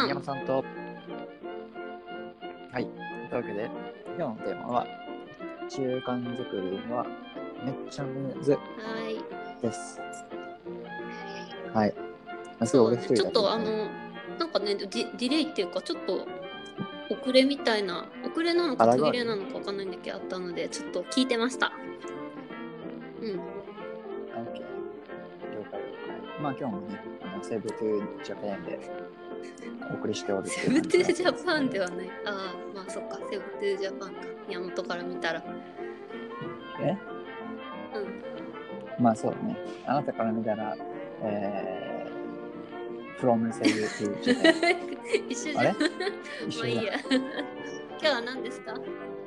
宮野さんと、はい、というわけで今日のテーマは習慣作りはめっちゃむずはいですはい、すそうだね、 ごい俺一人ちょっとだけですね。 なんかねディレイっていうかちょっと遅れみたいな、遅れなのか途切れなのか分かんないんだけどあったのでちょっと聞いてました。うん。 OK、了解了解。まあ今日もね、セーブトゥージャパンでお送りしておるってセブいう感じトゥージャですパンではない。ああ、まあそっか、セブトゥージャパンか。山本から見たら。 まあそうね、あなたから見たらfrom Cebu to Japan 一緒じゃん。 あれ一緒だ。 まあいいや。今日は何ですか？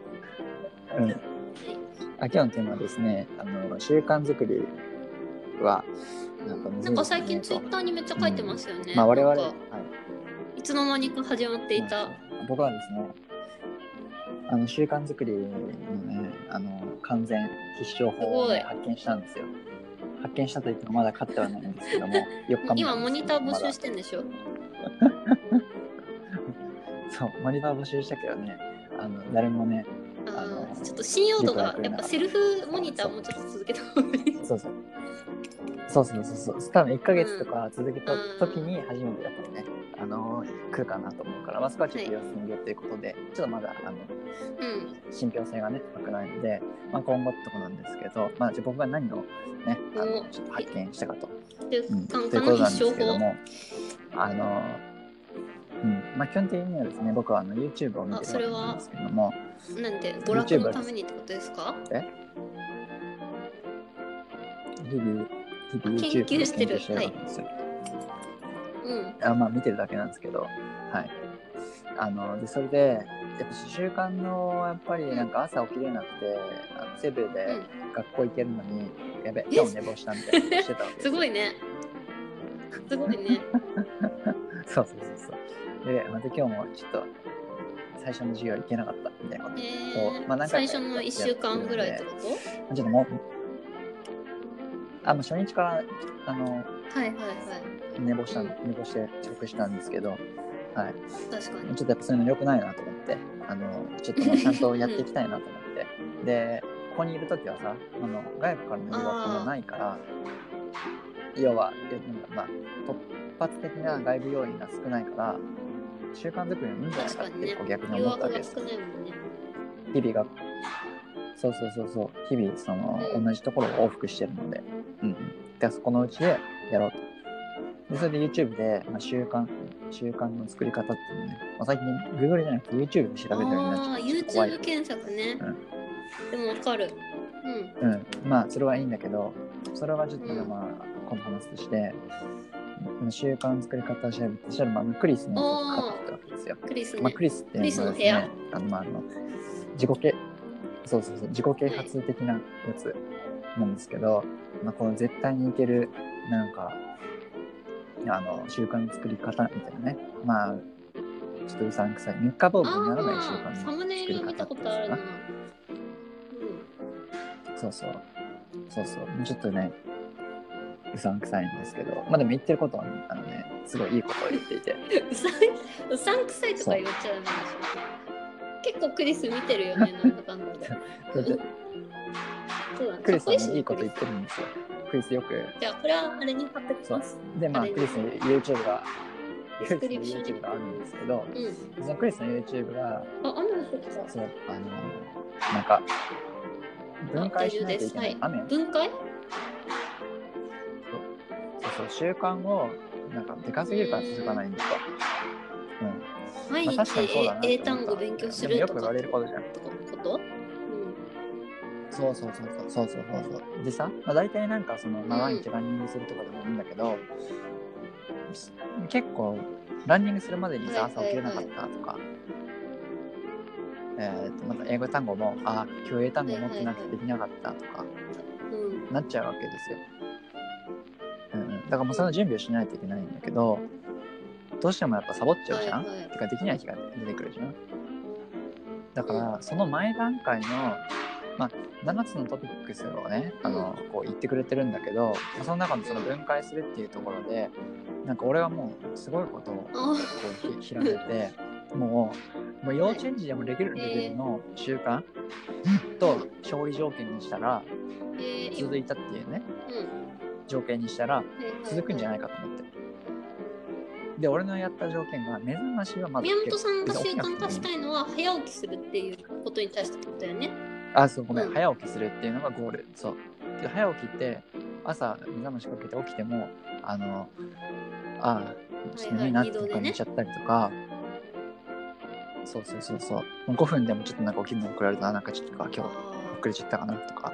今日のテーマはですね、習慣作りはなんか最近ツイッターにめっちゃ書いてますよね。 まあ我々 なんか、いつの間にか始まっていた。 僕はですね、習慣作りのね、完全必勝法を、ね、発見したんですよ。発見したといってもまだ勝ってはないんですけども、4日目今モニター募集してんでしょ？ そう、モニター募集したけどね、誰もね、 ちょっと信用度がやっぱセルフモニターもちょっと続けた方がいい。 そう多分1ヶ月とか続けた時に初めてやってね、来るかなと思うから、まあ、そこはちょっと様子見ようということで、ちょっとまだ信憑性がね高くないので、まあ、今後ってとこなんですけど、まあ、じゃあ僕が何をねちょっと発見したかということなんですけども、まあ、基本的にはですね、僕はYouTube を見てるわけなんですけども、 なんで娯楽のためにってことですか？ 日々 YouTube を研究してるわけですよ。まあ見てるだけなんですけど、はい。でそれでやっぱ習慣のやっぱりなんか朝起きれなくて、セブで学校行けるのに、やべ今日寝坊したみたいなことしてたわけですよ。 すごいね。すごいね。 そう。でまた今日もちょっと最初の授業行けなかったみたいなことを、まあ何回か最初の1週間ぐらいってこと？ ちょっともう初日から寝坊して遅刻したんですけど、はい。 確かに。 ちょっとやっぱそういうの良くないなと思って、ちょっともうちゃんとやっていきたいなと思って、でここにいる時はさ、外部からの誘惑もないから、要はまあ突発的な外部要因が少ないから習慣作りもいいんじゃないかって逆に思ったわけです。日々がそう日々同じところを往復してるので、でそこのうちでやろうと。でそれで YouTube で、習慣の作り方っていうのね、最近 Google じゃなくて YouTube で調べるようになっちゃって、 YouTube 検索ね。でもわかる。 まあそれはいいんだけど、それはちょっとまあ今度話すとして、習慣作り方を調べて、そしたらクリスのかかってきたわけですよ。クリスっていうのはですね、自己啓発的なやつなんですけど、この絶対にいけるなんか習慣の作り方みたいなね、まあちょっとうさんくさい三日坊主にならない習慣のサムネイル見たことあるな。そうちょっとねうさんくさいんですけど、まあでも言ってることはすごいいいことを言っていてうさんくさいとか言っちゃダメでしょ。結構クリス見てるよね、なんだかんだで。 クリスはね、いいこと言ってるんですよ。クリスよく。 じゃあこれはあれに貼ってきます。 でまあクリスの YouTube があるんですけど、そのクリスの YouTube がなんか分解しないといけない。 分解？ 習慣をなんかでかすぎるから続かないんですよ。 毎日英単語勉強するとか。 よく言われることじゃん。そう。でさ、大体なんか毎日ランニングするとかでもいいんだけど、結構ランニングするまでにさ、朝起きれなかったとか、また英語単語も今日英単語持ってなくてできなかったとか、なっちゃうわけですよ。だからもうその準備をしないといけないんだけど、どうしてもやっぱサボっちゃうじゃん、てかできない日が出てくるじゃん。だからその前段階の 7つのトピックスをねこう言ってくれてるんだけど、その中のその分解するっていうところでなんか俺はもうすごいことをこうひらめてもう幼稚園児でもできるレベルの習慣と勝利条件にしたら続いたっていうね、条件にしたら続くんじゃないかと思って。で俺のやった条件が目覚ましはまず宮本さんが習慣化したいのは早起きするっていうことに対してってことだよね。 あ、そうごめん、早起きするっていうのがゴール。そうで早起きって朝目覚ましかけて起きてもちょっと眠いなっていう感じちゃったりとか、そう5分でもちょっとなんか起きるの遅れるとなんかちょっと今日遅れちゃったかなとか、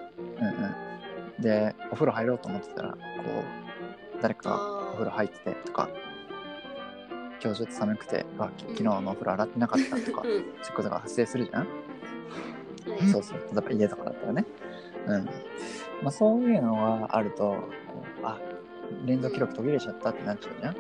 でお風呂入ろうと思ってたらこう誰かがお風呂入っててとか、今日ちょっと寒くて昨日のお風呂洗ってなかったとか、そういうことが発生するじゃん。そう例えば家とかだったらね、そういうのがあると連続記録途切れちゃったってなっちゃうじゃ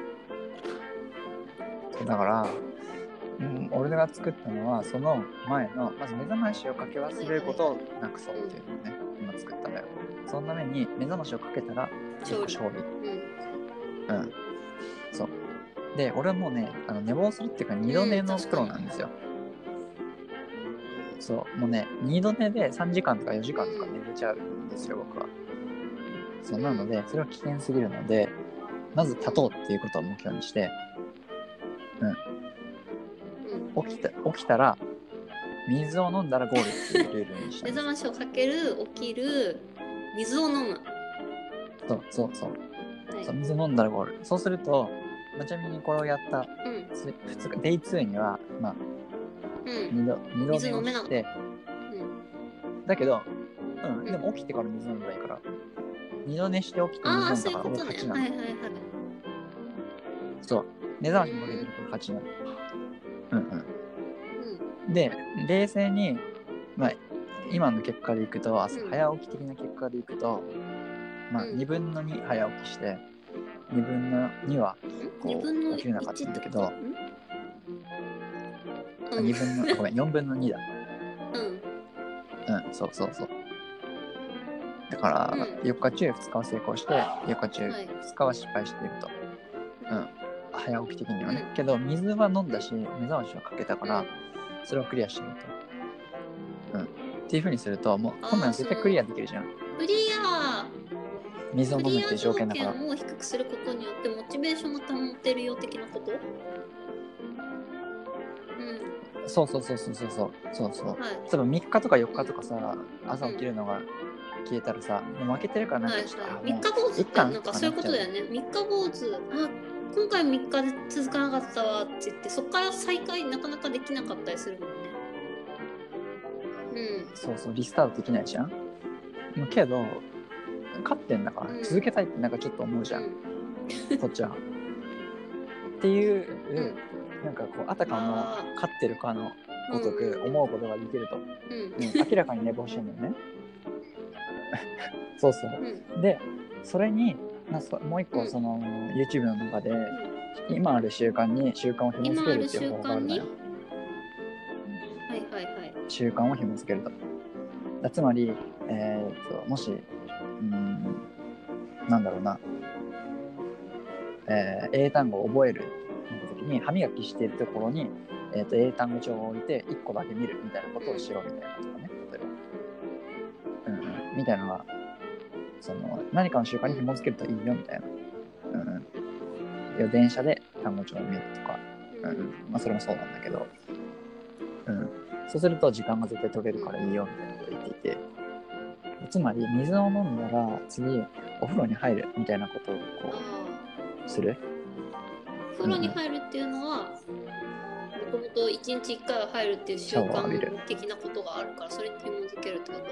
ん。だから、俺が作ったのはその前のまず目覚ましをかけ忘れることをなくそうっていうのをね今作ったんだよ。そのために目覚ましをかけたら勝利。そうで俺はもうね寝坊するっていうか二度寝のプロなんですよ。そうもうね二度寝で3時間とか4時間とか寝れちゃうんですよ僕は。そうなのでそれは危険すぎるのでまず立とうっていうことを目標にして、起きたら水を飲んだらゴールっていうルールにした目覚ましをかける、起きる、水を飲む。 そう、水を飲んだらゴール。そうすると、ちなみにこれをやった、2日デイ2には2度寝をして、だけど、でも起きてから水飲んだらいいから2度寝して起きて水飲んだから俺勝ちなの。そう目覚ましもかけてるから勝ちなの。で冷静に今の結果でいくと早起き的な結果でいくと2分の2早起きして2分の2はこう起きれなかったんだけど4分の2だ。そうだから4日中2日は成功して4日中2日は失敗していると。早起き的にはね。けど水は飲んだし目覚ましはかけたからそれをクリアしてると。っていう風にするともう今度は絶対クリアできるじゃん。 クリア水を飲むっていう条件だから。 クリア条件を低くすることによってモチベーションが保てるよ的なこと？そう。例えば3日とか4日とかさ朝起きるのが消えたらさもう負けてるからなんかちょっと 3日坊主ってなんかそういうことだよね。3日坊主今回3日で続かなかったわって言ってそこから再開なかなかできなかったりするもんね。そうリスタートできないじゃん。けど勝ってんだから続けたいってなんかちょっと思うじゃん、こっちは。っていう、なんかこうあたかも勝ってるかのごとく思うことができると、明らかに寝坊してんだよね。でそれにもう一個その YouTube の中で今ある習慣に習慣を紐付けるっていう方法があるんだよ。習慣を紐付けると。つまり、もしなんだろうな、英単語を覚えるときに歯磨きしているところに、英単語帳を置いて1個だけ見るみたいなことをしろみたいなとかね、例えば、みたいなのがその何かの習慣に紐付けるといいよみたいな、電車で単語帳を見るとか、それもそうなんだけど、そうすると時間が絶対取れるからいいよみたいなことを言っていて、つまり水を飲んだら次お風呂に入るみたいなことをこうする。 お風呂に入るっていうのはもともと1日1回は入るっていう習慣的なことがあるからそれに紐付けるってこと？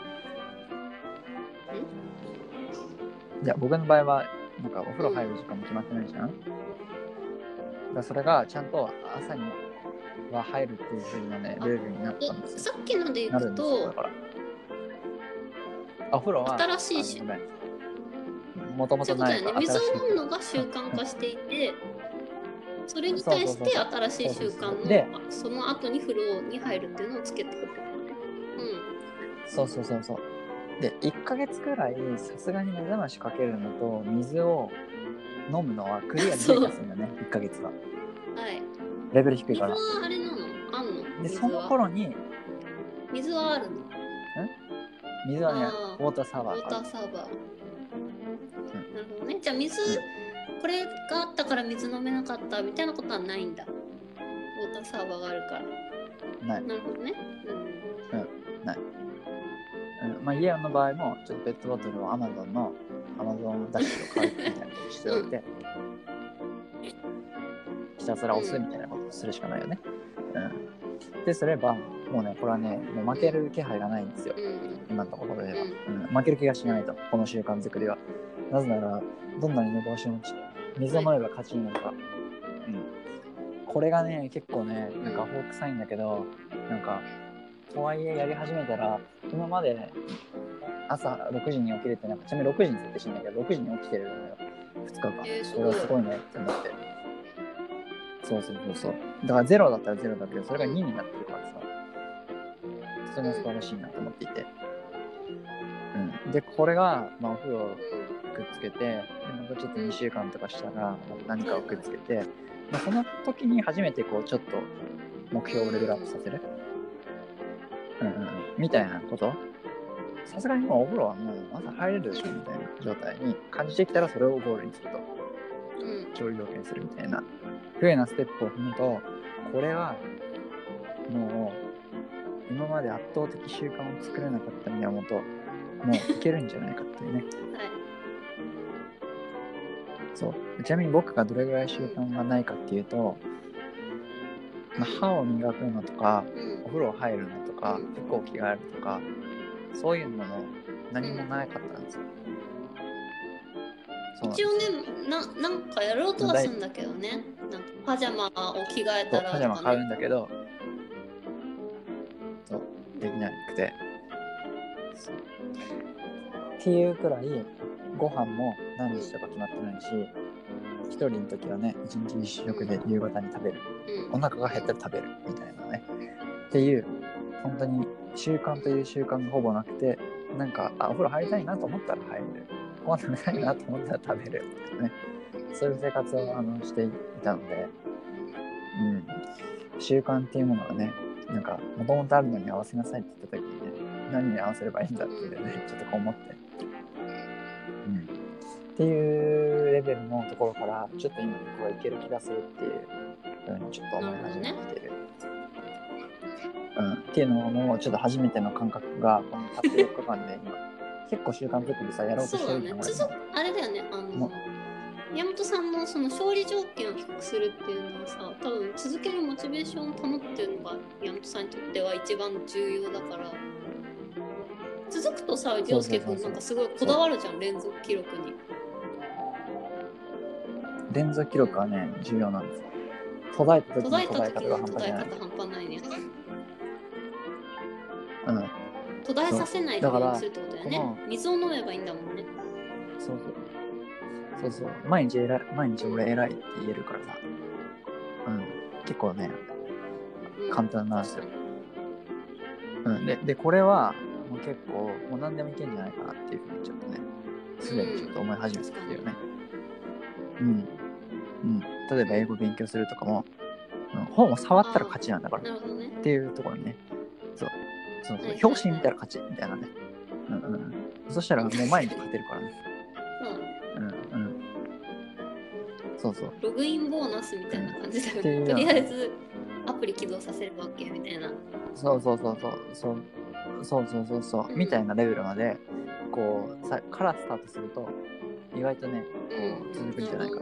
いや僕の場合はなんかお風呂入る時間も決まってないじゃん。だからそれがちゃんと朝には入るっていう風なねルールになったんですよ。 さっきのでいくとお風呂は新しいもともとないから水を飲むのが習慣化していてそれに対して新しい習慣のその後に風呂に入るっていうのをつけておくからね。 そうそうそうそう。で、1ヶ月くらいさすがに目覚ましかけるのと水を飲むのはクリアできる気がするんだね、1ヶ月は。 はい。 レベル低いから。 水はあれなの？あんの？ で、その頃に、 水はあるの？ 水はね、ウォーターサーバー。 ウォーターサーバー。なるほどね。じゃあ水、これがあったから水飲めなかったみたいなことはないんだ。ウォーターサーバーがあるから。 ない。 なるほどね。 ない。まあ、イエオンの場合も、ちょっとペットボトルをアマゾンダッシュを買うみたいなことしておいて、ひたすら押すみたいなことをするしかないよね。ですれば、もうね、これはね、もう負ける気配がないんですよ。今のところでは、負ける気がしないと、この習慣作りは。なぜなら、どんなに寝坊しても水を飲めば勝ちになるから。これがね、結構ね、なんかアホ臭いんだけど、なんか、とはいえやり始めたら、今まで朝6時に起きれて、なんかちなみに6時に設定してんだけど、6時に起きてるのよ、2日間。それはすごいねって思って。そう。だから0だったら0だけど、それが2になってるからさ、とても素晴らしいなと思っていて。で、これが、まあ、お風呂をくっつけて、でまたちょっと2週間とかしたら、何かをくっつけて、まあ、その時に初めてこう、ちょっと目標をレベルアップさせる。みたいなこと。さすがにもうお風呂はもう朝入れるでしょみたいな状態に感じてきたら、それをゴールにすると。調理条件にするみたいな風なステップを踏むと、これはもう今まで圧倒的習慣を作れなかった宮本、もういけるんじゃないかっていうね。そう。ちなみに僕がどれぐらい習慣がないかっていうと、まあ、歯を磨くのとか、お風呂入るのとか、服を着替えるとか、そういうのも何もなかったんですよ。 一応ね、なんかやろうとはするんだけどね。なんかパジャマを着替えたらとか、ね、 パジャマ買うんだけど、そう、できなくて。っていうくらい、ご飯も何日とか決まってないし、一人の時はね、一日一食で夕方に食べる。お腹が減ったら食べるみたいなね。っていう、本当に習慣という習慣がほぼなくて、なんか、お風呂入りたいなと思ったら入る。ご飯食べたいなと思ったら食べるみたいなね。そういう生活をしていたので、習慣っていうものがね、なんか、もともとあるのに合わせなさいって言った時にね、何に合わせればいいんだっていうね、ちょっとこう思って。っていうレベルのところから、ちょっと今こういける気がするっていうふうにちょっと思い始めてきてる。っていうのもちょっと初めての感覚がこのたった4日間で今結構習慣作りさやろうとしてるじゃん。 あれだよね、宮本さんのその勝利条件を低くするっていうのはさ、多分続けるモチベーションを保ってるのが宮本さんにとっては一番重要だから、続くとさ、涼介君なんかすごいこだわるじゃん、連続記録に。 連続記録はね、重要なんですよ。途絶えた時の途絶え方が半端ないね。 途絶えさせないようにするってことだよね。水を飲めばいいんだもんね。 そう。毎日俺偉いって言えるからさ。結構ね、簡単なんですよ。で、これはもう結構もう何でもいけんじゃないかなっていうふうにちょっとね、すでにちょっと思い始めてきてるよね。例えば英語勉強するとかも、本を触ったら勝ちなんだから、っていうところにね、そう、表紙見たら勝ちみたいなね。そしたらもう毎日勝てるからね。そう。 ログインボーナスみたいな感じだよね。とりあえずアプリ起動させれば OK みたいな。そうみたいなレベルまでこうからスタートすると意外とねこう続くんじゃないか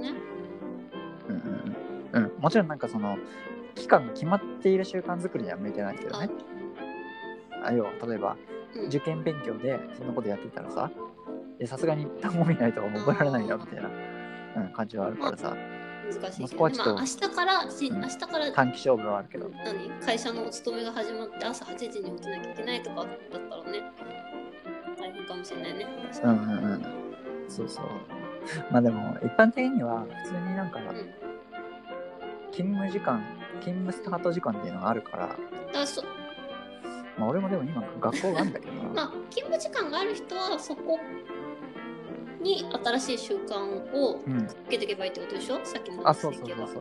な。もちろんなんかその期間が決まっている習慣作りには向いてないけどね。要は例えば、受験勉強でそんなことやってたらさ、さすがに単語見ないと覚えられないよみたいな、感じはあるからさ。 難しいけど、明日から短期勝負はあるけど、 会社のお勤めが始まって朝8時に起きなきゃいけないとかだったらね、大変かもしれないね。 そう。まあでも一般的には普通になんか、勤務スタート時間っていうのがあるから、 まあ俺もでも今学校があるんだけどな。 まあ勤務時間がある人はそこに新しい習慣をつけていけばいいってことでしょ、さっきも。 あ、そうそうそうそう。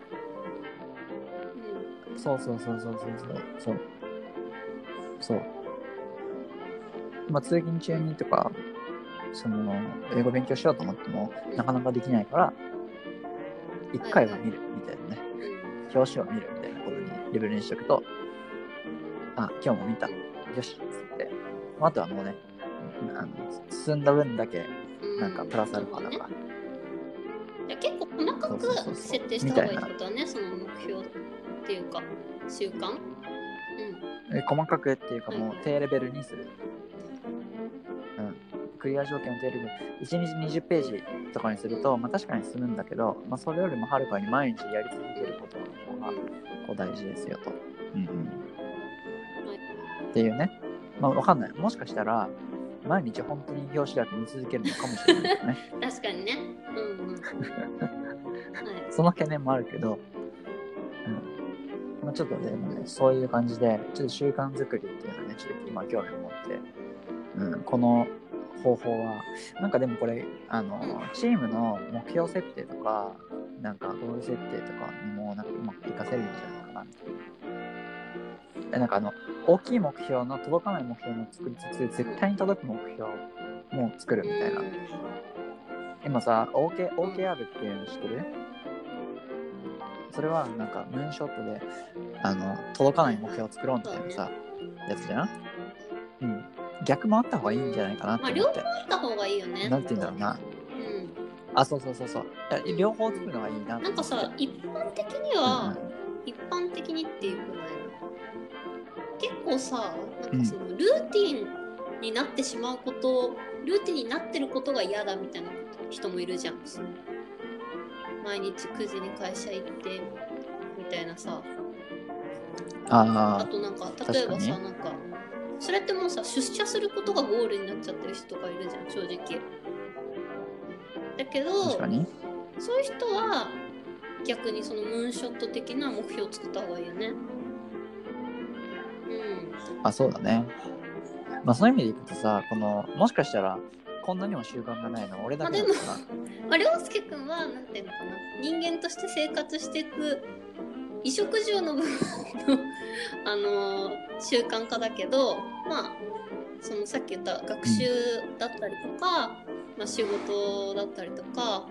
そうそうそうそうそうそう。まあ通勤中にとかその英語勉強しようと思ってもなかなかできないから1回は見るみたいなね、表紙を見るみたいなことにレベルにしておくと、あ、今日も見た、よしっつって、あとはもうね、進んだ分だけなんかプラスアルファだから、 いや結構細かく設定した方がいいってことはね、その目標っていうか習慣、 細かくっていうかもう低レベルにする、クリア条件を低レベル1日20ページとかにすると、まあ、確かに進むんだけど、まあ、それよりもはるかに毎日やり続けることの方がこう大事ですよと、っていうね。まあわかんない、もしかしたら毎日本当に表紙だけ見続けるのかもしれないですね。 確かにね、 その懸念もあるけど、まあ、ちょっとね、そういう感じでちょっと習慣作りっていうのはね、ちょっと今興味を持って、この方法はなんかでもこれチームの目標設定とかなんかゴール設定とかにもなんかうまく活かせるんじゃないかなみたいな。なんか大きい目標の届かない目標も作りつつ絶対に届く目標も作るみたいな。今さ OKR っていうの知ってる？それはなんかムーンショットで届かない目標を作ろうみたいなさやつじゃん。逆もあった方がいいんじゃないかなって思って。 両方あった方がいいよね。 なんて言うんだろうな。あ、そう。両方作るのがいいな。 なんかさ、一般的には、一般的にっていうくらいな。結構さ、なんかそのルーティンになってしまうこと、ルーティンになってることが嫌だみたいな人もいるじゃん。毎日9時に会社行ってみたいなさ。あとなんか例えばさ、なんかそれってもうさ、出社することがゴールになっちゃってる人がいるじゃん、正直。だけど、そういう人は逆にそのムーンショット的な目標を作った方がいいよね。 あ、そうだね。まあそういう意味でいくとさ、もしかしたらこんなにも習慣がないの俺だけだから。 まあでも、涼介君はなんていうのかな、人間として生活していく衣食住の部分の習慣化だけど、まあそのさっき言った学習だったりとか、まあ、仕事だったりとか、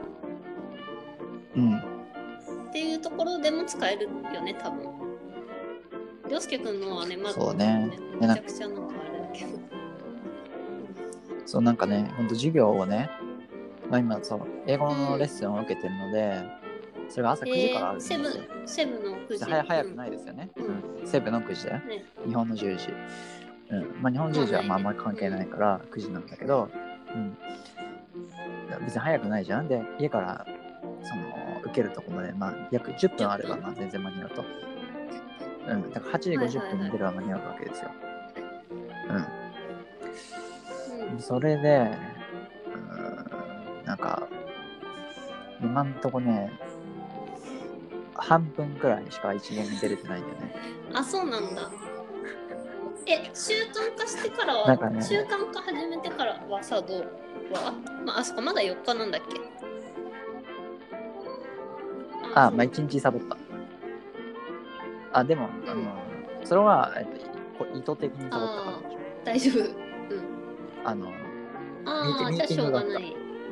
っていうところでも使えるよね、多分。涼介君のはね、まず、 そうね、 めちゃくちゃなんかあれだけど。 そうなんかね、ほんと授業をね、まあ今そう英語のレッスンを受けてるので、それが朝9時からあるんですよ。 セブの9時。 早くないですよね。セブの9時だよ。日本の10時。まあ日本10時はまああんまり関係ないから9時なんだけど、別に早くないじゃん。で、家から受けるとこまで、まあ約10分あればまあ全然間に合うと。だから8時50分に出れば間に合うわけですよ。それで、なんか、今んとこね、半分くらいしか一元に出れてないんだよね。 あ、そうなんだ。習慣化してからは、ね、習慣化始めてからはさ、どうは、まあ、あそこまだ4日なんだっけ？ まあ1日サボった。でも、それは、意図的にサボったから。 大丈夫。 じゃあしょうがない。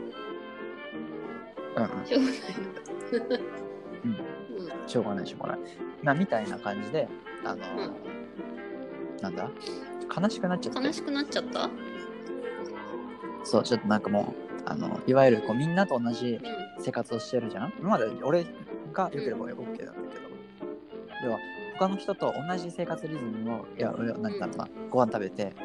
しょうがない。まあみたいな感じで、なんだ、悲しくなっちゃった。 悲しくなっちゃった？ そう、ちょっとなんかもういわゆるみんなと同じ生活をしてるじゃん。今まで俺が良ければ OK だったけど、要は他の人と同じ生活リズムをなんだろうな、ご飯食べて。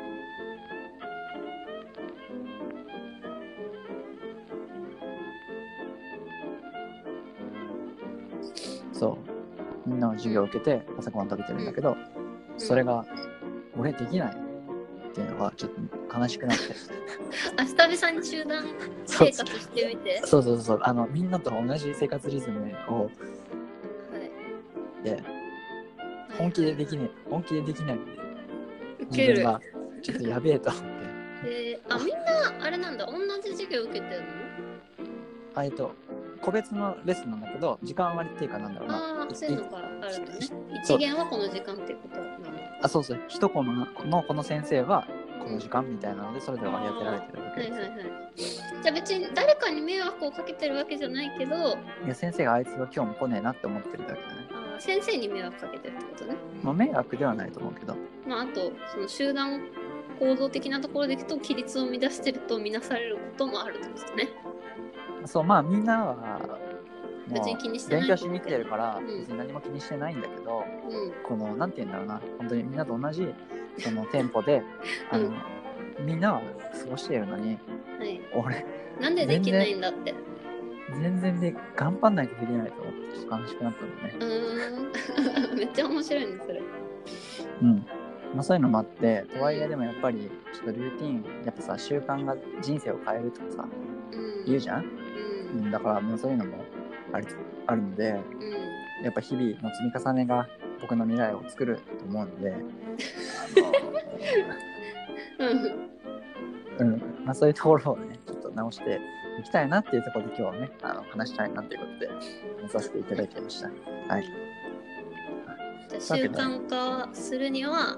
そうみんなの授業を受けて朝ごはん食べてるんだけど、それが俺できないっていうのがちょっと悲しくなって久々に集団生活してみて。 そうみんなと同じ生活リズムを、で本気でできない自分がちょっとやべえと思って。 みんなあれなんだ、同じ授業受けてるの？個別のレッスンなんだけど、時間割っていうかなんだろうな。 そういうのがあるんだね。一限はこの時間っていうことなの？ そうそう。一コマのこの先生はこの時間みたいなので、それぞれ割り当てられてるわけです。 じゃあ別に誰かに迷惑をかけてるわけじゃないけど、 いや先生があいつが今日も来ねえなって思ってるだけだね。 先生に迷惑かけてるってことね。 迷惑ではないと思うけど。 あとその集団行動的なところでいくと規律を乱してるとみなされることもあるってことね。 そう、みんなは別に気にしてない。 勉強しに来てるから、別に何も気にしてないんだけど、このなんて言うんだろうな、本当にみんなと同じそのテンポでみんなは過ごしているのに、俺なんでできないんだって。 全然で頑張んないとできないと思ってちょっと悲しくなったのね。 めっちゃ面白いねそれ。 そういうのもあって、とはいえでもやっぱりちょっとルーティン、やっぱさ、習慣が人生を変えるとかさ、言うじゃん、だからもうそういうのもあるので、やっぱ日々の積み重ねが僕の未来を作ると思うのでそういうところをねちょっと直していきたいなっていうところで今日はね話したいなっていうことで見させていただきました。はい。 じゃあ習慣化するには、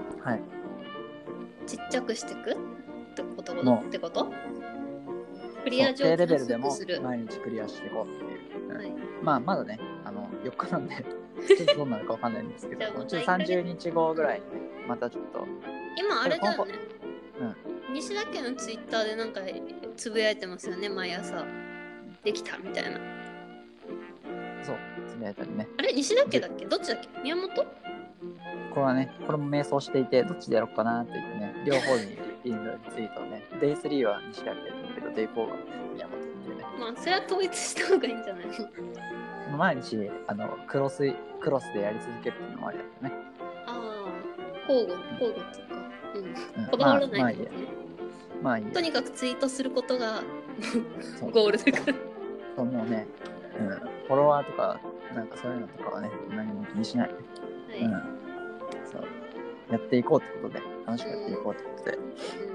ちっちゃくしていくってこと？クリア上低レベルでも毎日クリアしていこうっていう、まだね4日なんでちょっとどうなるかわかんないんですけど30日後ぐらいにねまたちょっと今あれだよね、西田家のツイッターでなんかつぶやいてますよね、毎朝できたみたいな。 そうつぶやいたりね。 あれ西田家だっけ？どっちだっけ？宮本？ これはね、これも迷走していてどっちでやろうかなって言ってね、両方にリツイートをね、デイ3は西田家だけどデイ4は宮本っていうね。 それは統一した方がいいんじゃないの？ 毎日クロスでやり続けるっていうのもありだったね。 交互っていうか、こだわらないってことね。とにかくツイートすることがゴールだから。 そうもうね、フォロワーとかなんかそういうのとかはね何も気にしない。そうやっていこうってことで楽しくやっていこうってことで、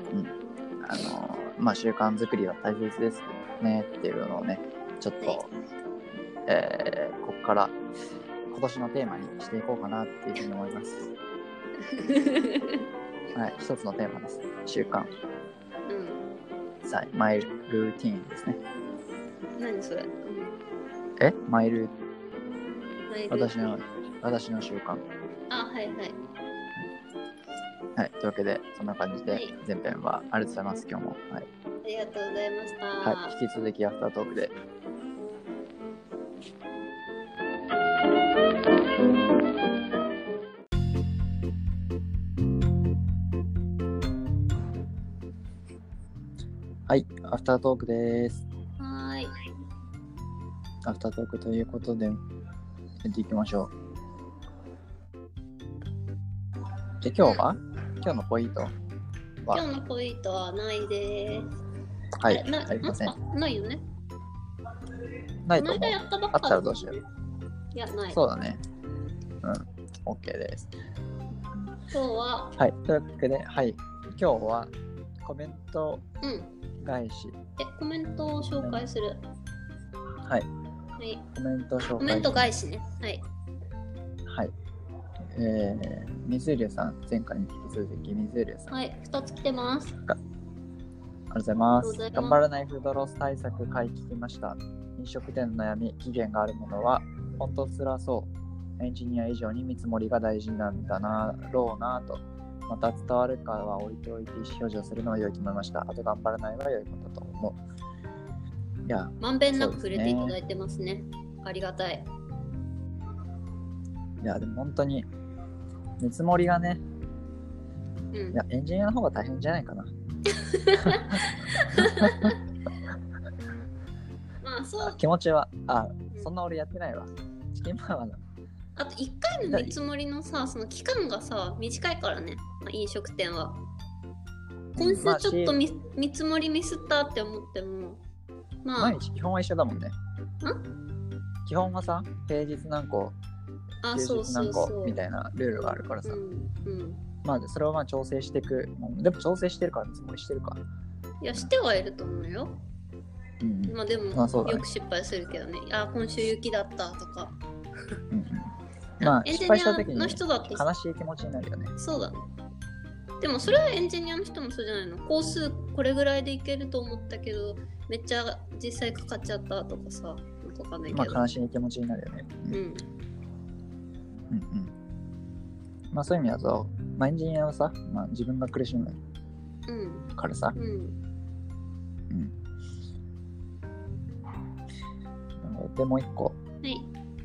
習慣作りは大切ですねっていうのをねちょっと、ここから今年のテーマにしていこうかなっていうふうに思います。一つのテーマです。習慣。マイルーティーンですね。 何それ？ マイルー私の習慣。はい、というわけでそんな感じで前編はありがとうございます。今日もありがとうございました。 引き続きアフタートークで。はい、アフタートークです。アフタートークということでやっていきましょう。で、今日のポイントは？ 今日のポイントはないです。 ありません。 ないよね。 ないと思う。あったらどうしよう。 いや、ない。 そうだね。OK です。 今日はというわけで、今日はコメント返し。 コメントを紹介する。 コメント紹介。 コメント返しね。 水流さん、前回に引き続き水流さん。 2つ来てます。 ありがとうございます。頑張らないフードロス対策会聞きました。飲食店の悩み、期限があるものは本当つらそう。エンジニア以上に見積もりが大事なんだなろうなと。また伝わるかは置いておいて意思表示をするのは良いと思いました。あと頑張らないは良いことと思う。いや、 まんべんなく触れていただいてますね。ありがたい。 いや、でも本当に見積もりがね、いや、エンジニアの方が大変じゃないかな。 そう気持ちは、そんな俺やってないわ。チキンパワーな。 あと1回の見積もりのさ、その期間がさ、短いからね、飲食店は。今週ちょっと見積もりミスったって思っても、 毎日基本は一緒だもんね。基本はさ、平日何個、休日何個みたいなルールがあるからさ。 まあそれをまあ調整していく。でも調整してるからつもりしてるか。 いやしてはいると思うよ。まあでも、まあね、よく失敗するけどね。今週雪だったとか。 まあ失敗した時に悲しい気持ちになるよね。 そうだね。でもそれはエンジニアの人もそうじゃないの？工数これぐらいでいけると思ったけどめっちゃ実際かかっちゃったとかさ、わかんないけど。 まあ悲しい気持ちになるよね。まあそういう意味だと、まあ、エンジニアはさ、まあ、自分が苦しむからさ。でもう一個。はい。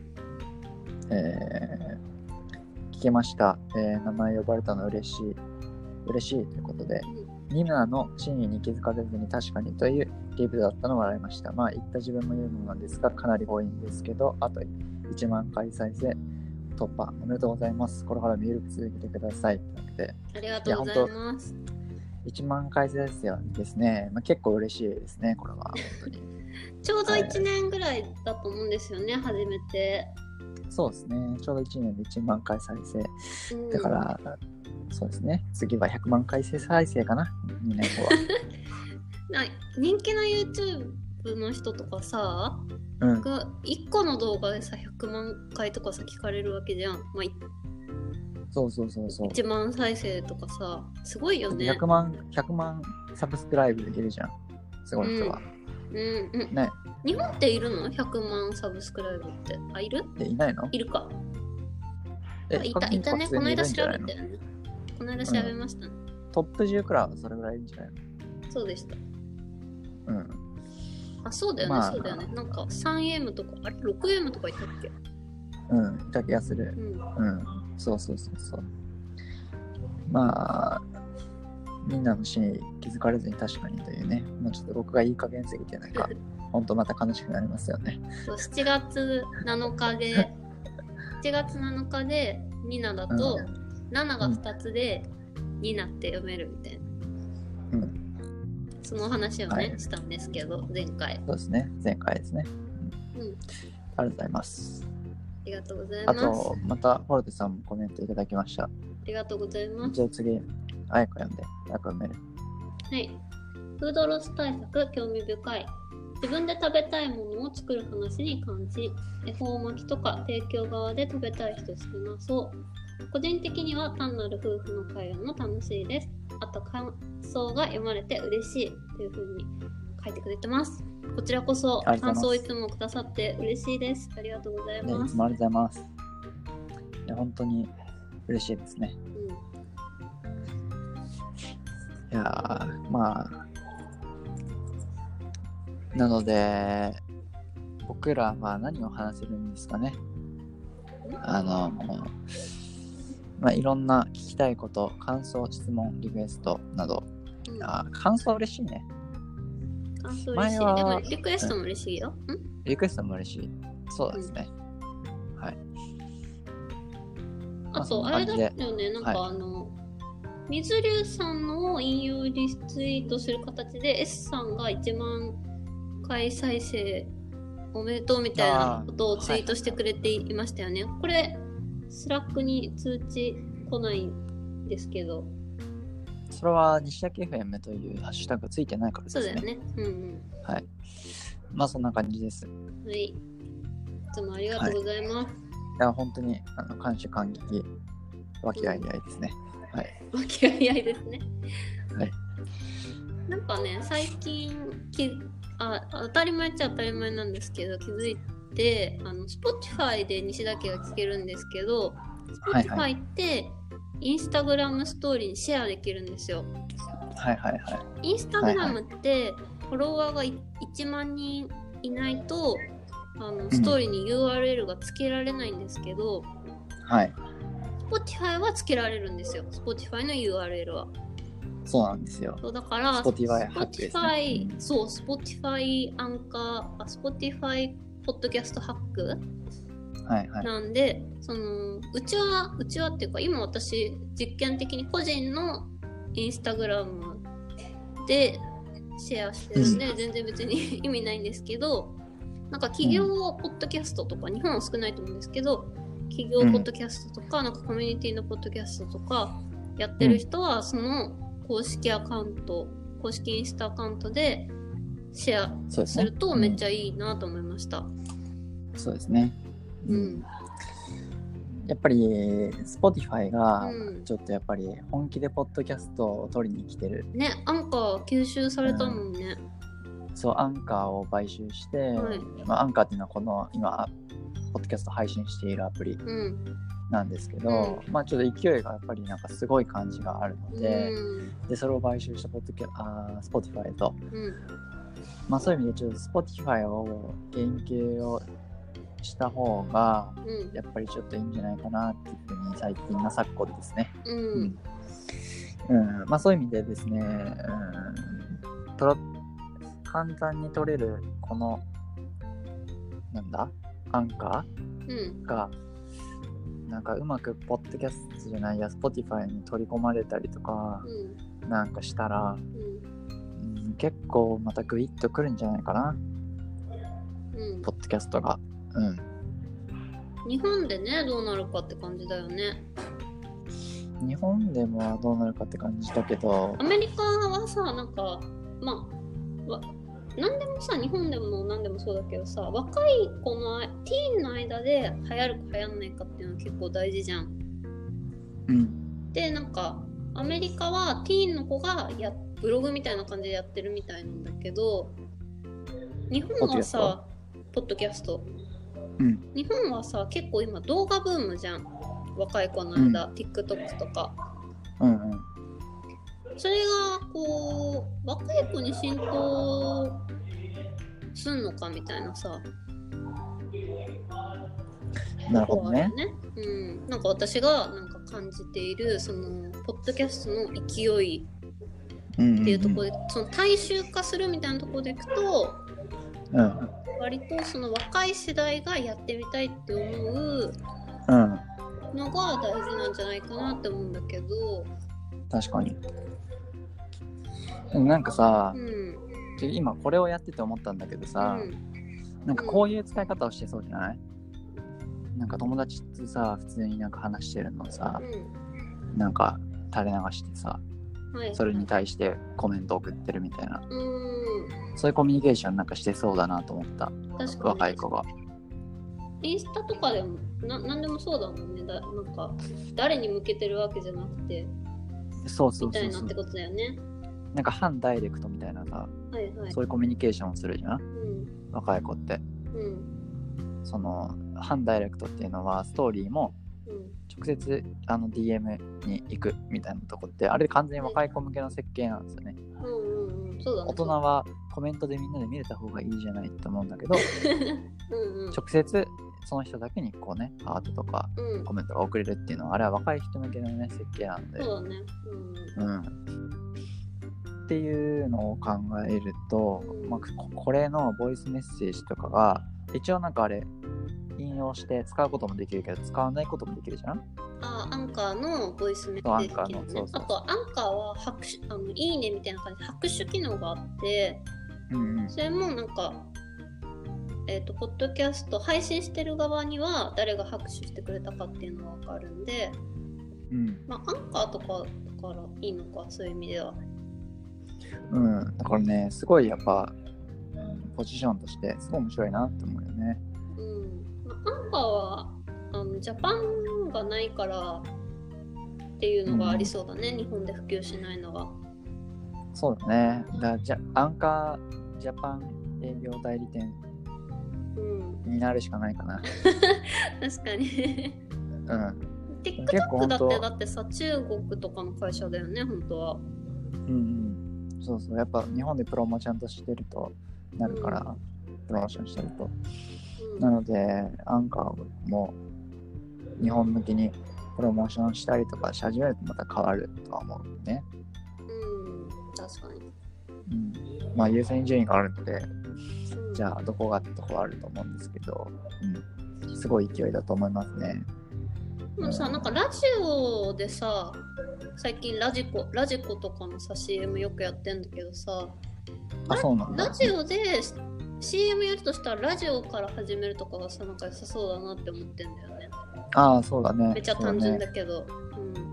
聞きました、名前呼ばれたの嬉しいということで、ニナの真意に気づかれずに確かにというリプだったのを笑いました。まあ言った自分も言うのなんですが、かなり多いんですけど、あと1万回再生突破おめでとうございます。これからミルク続けてください。 ありがとうございます。 1万回再生ですね、まあ、結構嬉しいですね、これは本当に。 ちょうど1年ぐらいだと思うんですよね、初めて。 そうですね、ちょうど1年で1万回再生。だから、そうですね、次は100万回再生かな、2年後は。 人気の YouTube の人とかさ、1個の動画でさ、100万回とかさ、聞かれるわけじゃん。まあ、 そう。 1万再生とかさ、すごいよね。 100万サブスクライブできるじゃん、すごい人は。 ね、日本っているの ?100 万サブスクライブって。いる？ いないの？ いるか。いたね。この間調べたよね。この間調べましたね。 トップ10くらいはそれぐらいいるんじゃないの？ そうでした。そうだよね、そうだよね。なんか 3M とか、6M とかいたっけ？ いた気がする。そう。まあ、みんなの死に気づかれずに確かにというね、もうちょっと僕がいい加減すぎてなんか本当また悲しくなりますよね。 7月7日でニナだと、7が2つでニナって読めるみたいな。その話をね、したんですけど、前回。 そうですね、前回ですね。ありがとうございます。 ありがとうございます。 あと、またフォルテさんもコメントいただきました。ありがとうございます。 じゃあ次、あやか読んで、あやか読める。 はい。フードロス対策、興味深い。自分で食べたいものを作る話に感じ、恵方巻きとか提供側で食べたい人少なそう。個人的には単なる夫婦の会話も楽しいです。あと感想が読まれて嬉しいという風に書いてくれてます。こちらこそ感想をいつもくださって嬉しいです。ありがとうございます。 いつもありがとうございます。いや本当に嬉しいですね。いやまあなので僕らは何を話せるんですかね。まあ、いろんな聞きたいこと、感想、質問、リクエストなど。感想嬉しいね。 感想嬉しい。でもリクエストも嬉しいよ。 リクエストも嬉しい。そうですね。はい。 あと、あれだよね、なんか水流さんの引用リツイートする形で S さんが1万回再生おめでとうみたいなことをツイートしてくれていましたよね。これスラックに通知来ないんですけど、 それは西崎 FM というハッシュタグがついてないからですね。 そうだよね。 はい。まあそんな感じです。はい。いつもありがとうございます。いや本当に感謝感激和気あいあいですね。はい。 和気あいあいですね。 はい。 なんかね最近当たり前っちゃ当たり前なんですけど気づいてSpotify で西田家が聞けるんですけど Spotify ってインスタグラムストーリーにシェアできるんですよ。インスタグラムってフォロワーが1万人いないとストーリーに URL がつけられないんですけど、Spotify はつけられるんですよ。Spotify の URL は。 そうなんですよ。 そうだから Spotify ハックですね。 そう Spotify アンカー、Spotify ポッドキャストハックなんで、うちはっていうか今私実験的に個人のインスタグラムでシェアしてるんで、全然別に意味ないんですけど、なんか企業ポッドキャストとか、日本は少ないと思うんですけど、企業ポッドキャストとか、なんかコミュニティのポッドキャストとかやってる人はその公式アカウント、公式インスタアカウントでシェアするとめっちゃいいなと思いました。 そうですね。やっぱり Spotify がちょっとやっぱり本気でポッドキャストを取りに来てる。 ね、アンカー吸収されたもんね。 そう、アンカーを買収して、アンカーっていうのはこの今ポッドキャスト配信しているアプリなんですけど、ちょっと勢いがやっぱりなんかすごい感じがあるので、でそれを買収したSpotify と、そういう意味でちょっと Spotify を連携をした方がやっぱりちょっといいんじゃないかなっていうふうに最近の昨今ですね。そういう意味でですね、簡単に取れるこのアンカーが、なんかうまくポッドキャストじゃないや Spotify に取り込まれたりとか、なんかしたら、結構またグイッとくるんじゃないかな、ポッドキャストが。 日本でねどうなるかって感じだよね。 日本でもどうなるかって感じだけど、 アメリカはさ、なんか何でもさ、日本でも何でもそうだけどさ、若い子のティーンの間で流行るか流行んないかっていうのは結構大事じゃん。で、なんかアメリカはティーンの子がブログみたいな感じでやってるみたいなんだけど、日本はさ、ポッドキャスト、日本はさ結構今動画ブームじゃん、若い子の間、TikTok とか。それがこう若い子に浸透すんのかみたいなさ。 なるほどね。 なんか私がなんか感じているそのポッドキャストの勢いっていうところで、その大衆化するみたいなところでいくと、割とその若い世代がやってみたいって思うのが大事なんじゃないかなって思うんだけど。 確かに。なんかさ、今これをやってて思ったんだけどさ、なんかこういう使い方をしてそうじゃない？なんか友達とさ普通になんか話してるのをさ、なんか垂れ流してさ、それに対してコメント送ってるみたいな、そういうコミュニケーションなんかしてそうだなと思った。若い子が。 インスタとかでもなんでもそうだもんね。なんか誰に向けてるわけじゃなくて、みたいなってことだよね。 なんか反ダイレクトみたいなさ、そういうコミュニケーションをするじゃん、若い子って。その反ダイレクトっていうのはストーリーも直接DM に行くみたいなとこって、あれ完全に若い子向けの設計なんですよね。大人はコメントでみんなで見れた方がいいじゃないって思うんだけど直接その人だけにこうねハートとかコメントが送れるっていうのは、あれは若い人向けのね設計なんで。 そうだね。 っていうのを考えると、これのボイスメッセージとかが一応なんかあれ引用して使うこともできるけど使わないこともできるじゃん。 アンカーのボイスメッセージ機能ね。あとアンカーはいいねみたいな感じで拍手機能があって、それもなんかポッドキャスト配信してる側には誰が拍手してくれたかっていうのが分かるんで、アンカーとかだからいいのか、そういう意味では。 だからね、すごいやっぱ、ポジションとしてすごい面白いなって思うよね。 アンカーはジャパンがないからっていうのがありそうだね、日本で普及しないのは。 そうだね。アンカージャパン営業代理店になるしかないかな。 確かに。TikTok だってさ、中国とかの会社だよね、本当は。 そうそう、やっぱ日本でプロモちゃんとしてるとなるから、プロモーションしてると。なので、アンカーも日本向きにプロモーションしたりとかし始めるとまた変わるとは思うね。 確かに。 優先順位があるので、じゃあどこがってとこはあると思うんですけど、すごい勢いだと思いますね。 でもさ、なんかラジオでさ、最近ラジコとかのさ CM よくやってんだけどさ、 そうなんだ。 ラジオで CM やるとしたらラジオから始めるとかがさ、なんか良さそうだなって思ってんだよね。 そうだね。 めっちゃ単純だけど。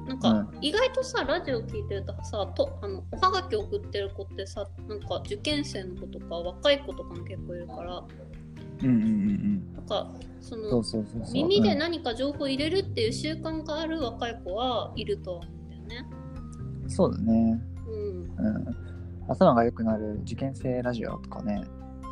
なんか意外とさ、ラジオ聞いてるとさ、おはがき送ってる子ってさ、なんか受験生の子とか若い子とかも結構いるから、なんかそう耳で何か情報入れるっていう習慣がある若い子はいると思うんだよね。 そうだね。頭が良くなる受験生ラジオとかね。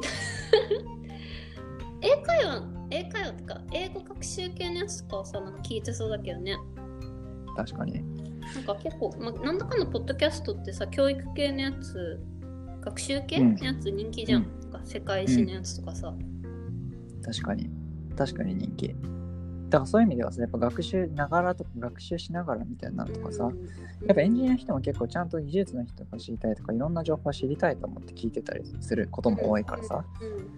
英会話とか英語学習系のやつとかはさ、なんか聞いてそうだけどね。確かに。なんか結構、なんだかのポッドキャストってさ、教育系のやつ、学習系のやつ人気じゃん。なんか世界史のやつとかさ。確かに人気。だからそういう意味ではさ、やっぱ学習しながらみたいなのとかさ、やっぱエンジニアの人も結構ちゃんと技術の人が知りたいとか、いろんな情報を知りたいと思って聞いてたりすることも多いからさ。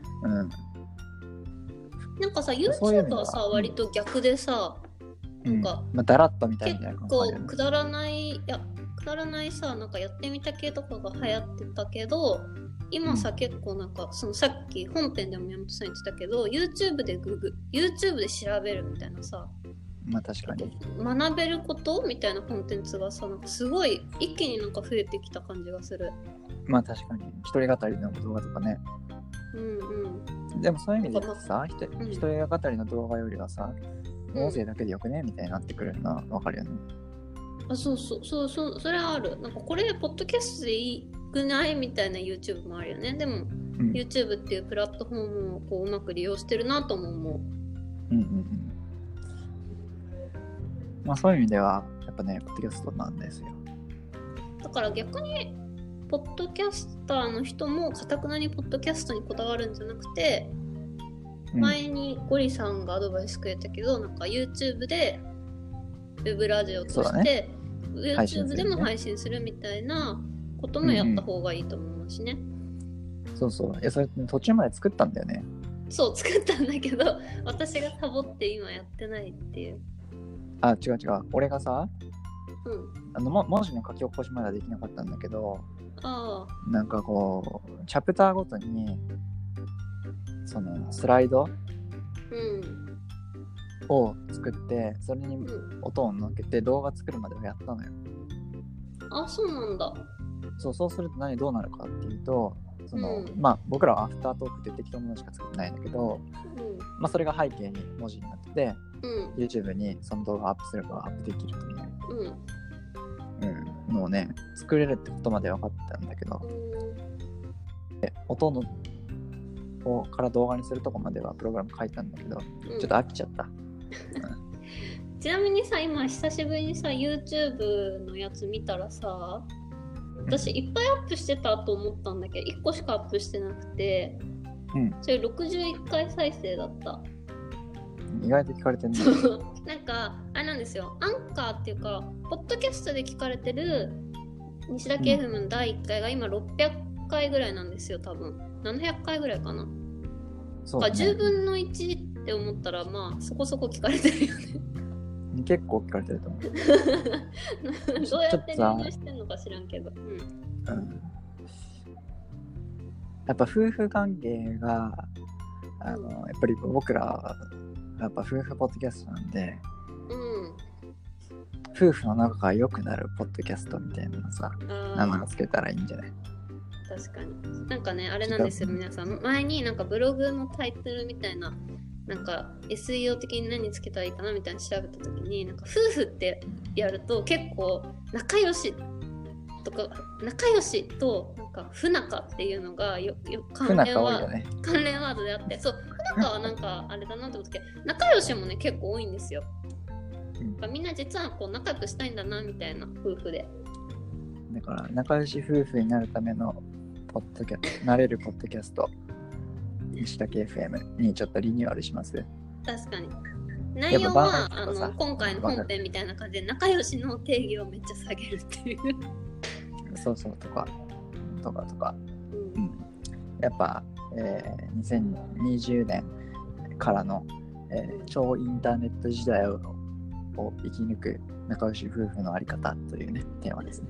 なんかさ、YouTube はさ、割と逆でさ、なんか、だらっとみたいな結構くだらないさ、なんかやってみた系とかが流行ってたけど、今さ、結構なんかさっき本編でも山本さん言ってたけど YouTube で調べるみたいなさ、確かに学べることみたいなコンテンツがさ、なんかすごい一気になんか増えてきた感じがする。確かに一人語りの動画とかね。でもそういう意味でさ、一人語りの動画よりはさ、音声だけでよくねみたいになってくるのは分かるよね。そうそれはある。なんかこれポッドキャストでいいくないみたいな YouTube もあるよね。でも、YouTube っていうプラットフォームをこううまく利用してるなとも思う。そういう意味ではやっぱね、ポッドキャストなんですよ。だから逆にポッドキャスターの人も堅くなにポッドキャストにこだわるんじゃなくて、前にゴリさんがアドバイスくれたけど、なんか YouTube でウェブラジオとして、YouTube でも配信するみたいなこともやった方がいいと思うしね。そうそう。いや、それ途中まで作ったんだよね。そう、作ったんだけど、私がサボって今やってないっていう。違う。俺がさ、文字の書き起こしまではできなかったんだけど、なんかこう、チャプターごとに、そのスライドを作って、それに音を乗っけて動画作るまではやったのよ。そうなんだ。そうするとどうなるかっていうと、僕らはアフタートークって適当なものしか作ってないんだけど、それが背景に文字になってて、YouTube にその動画をアップすればアップできるという、のをね、作れるってことまで分かったんだけど、音のから動画にするとこまではプログラム書いたんだけど、ちょっと飽きちゃった。ちなみにさ、今久しぶりにさ YouTube のやつ見たらさ、私いっぱいアップしてたと思ったんだけど、1個しかアップしてなくて、それ61回再生だった。意外と聞かれてるね。なんかあれなんですよ、アンカーっていうかポッドキャストで聞かれてる西田圭文の第1回が今600回ぐらいなんですよ。多分700回ぐらいかな。そうだね、10分の1って思ったらそこそこ聞かれてるよね。結構聞かれてると思う。どうやって練習してんのか知らんけど、やっぱ夫婦関係がやっぱり僕らはやっぱ夫婦ポッドキャストなんで、夫婦の仲が良くなるポッドキャストみたいなのさ、名前つけたらいいんじゃない？確かに。なんかね、あれなんですよ、皆さん。前になんかブログのタイトルみたいな、なんか SEO 的に何つけたらいいかなみたいな調べたときに、なんか夫婦ってやると結構仲良しとなんか不仲っていうのが関連ワードであって、そう、不仲はなんかあれだなって思ったけど、仲良しもね結構多いんですよ。みんな実はこう仲良くしたいんだなみたいな、夫婦で。だから仲良し夫婦になるためのなれるポッドキャスト、西田 KFM にちょっとリニューアルします。確かに。内容は今回の本編みたいな感じで仲良しの定義をめっちゃ下げるっていう。そうとか、やっぱ、2020年からの、超インターネット時代を生き抜く仲良し夫婦のあり方というねテーマですね。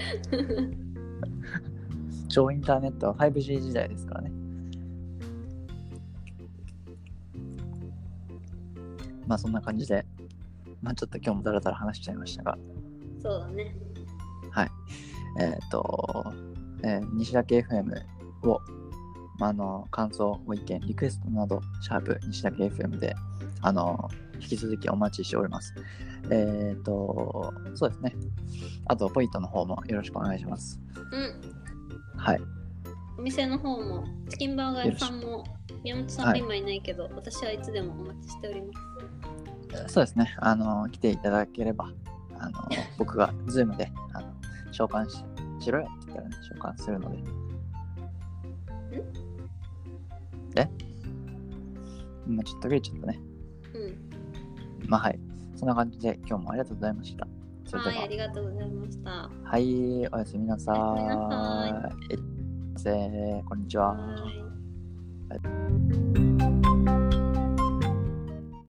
超インターネットは 5G 時代ですからね。そんな感じで、ちょっと今日もだらだら話しちゃいましたが、 そうだね。 はい。西岳 FM を、感想、ご意見、リクエストなど、シャープ西岳 FM で、引き続きお待ちしております。そうですね。あと、ポイントの方もよろしくお願いします。 うん。 はい。 お店の方も、チキンバーガー屋さんも、宮本さんは今いないけど、私はいつでもお待ちしております。 そうですね。来ていただければ、僕が Zoom で、召喚しろよって言ったらね、召喚するので。今ちょっと途切れちゃったね。まあはい。そんな感じで今日もありがとうございました。それでは。 はい、ありがとうございました。 はい、おやすみなさい。こんにちは。